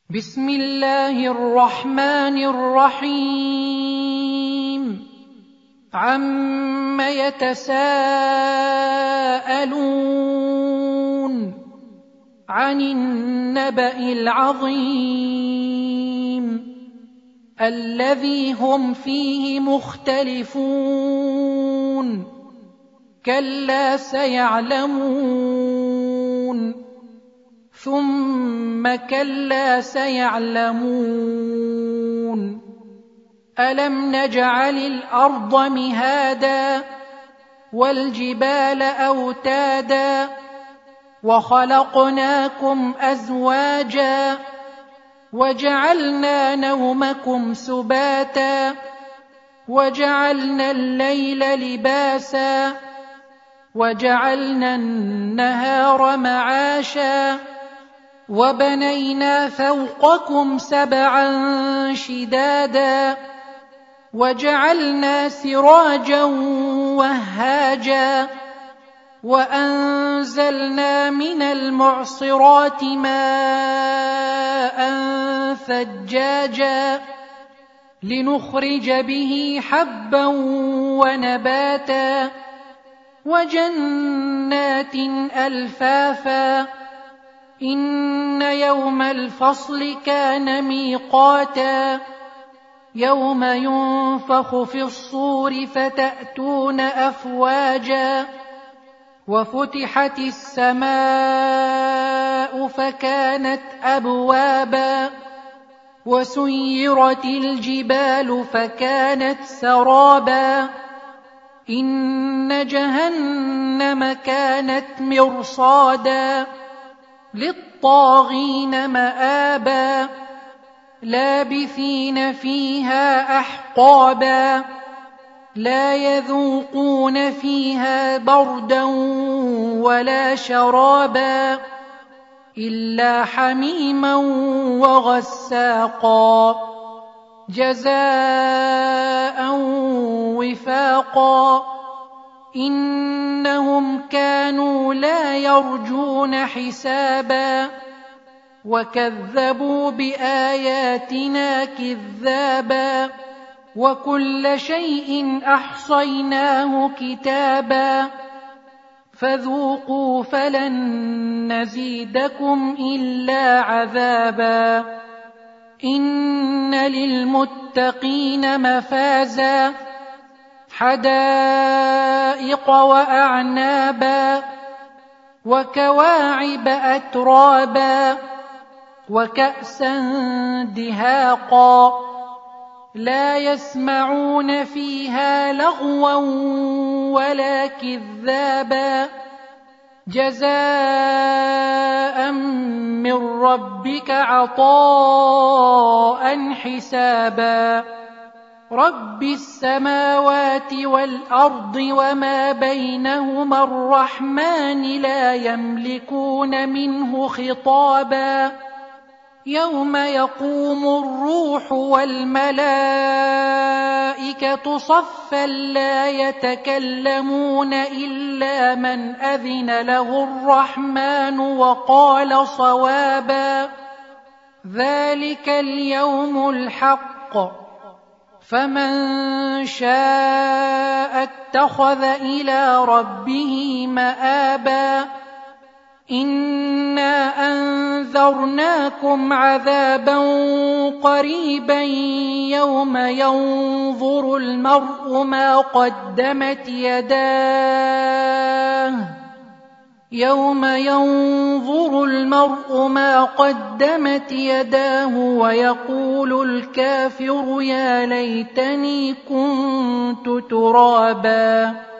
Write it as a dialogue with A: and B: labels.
A: بسم الله الرحمن الرحيم عم يتساءلون عن النبأ العظيم الذي هم فيه مختلفون كلا سيعلمون ثم كلا سيعلمون ألم نجعل الأرض مهادا والجبال أوتادا وخلقناكم أزواجا وجعلنا نومكم سباتا وجعلنا الليل لباسا وجعلنا النهار معاشا وبنينا فوقكم سبعا شدادا وجعلنا سراجا وهاجا وأنزلنا من المعصرات ماء ثجاجا لنخرج به حبا ونباتا وجنات ألفافا إن يوم الفصل كان ميقاتا يوم ينفخ في الصور فتأتون أفواجا وفتحت السماء فكانت أبوابا وسيرت الجبال فكانت سرابا إن جهنم كانت مرصادا للطاغين مآبا لابثين فيها أحقابا لا يذوقون فيها بردا ولا شرابا إلا حميما وغساقا جزاء وفاقا إنهم كانوا لا يرجون حسابا وكذبوا بآياتنا كذابا وكل شيء أحصيناه كتابا فذوقوا فلن نزيدكم إلا عذابا إن للمتقين مفازا حدائق وأعنابا وكواعب أترابا وكأسا دهاقا لا يسمعون فيها لغوا ولا كذابا جزاء من ربك عطاء حسابا رب السماوات والأرض وما بينهما الرحمن لا يملكون منه خطابا يوم يقوم الروح والملائكة صفا لا يتكلمون إلا من أذن له الرحمن وقال صوابا ذلك اليوم الحق فمن شاء اتخذ إلى ربه مآبا إنا أنذرناكم عذابا قريبا يوم ينظر المرء ما قدمت يداه ويقول الكافر يا ليتني كنت ترابا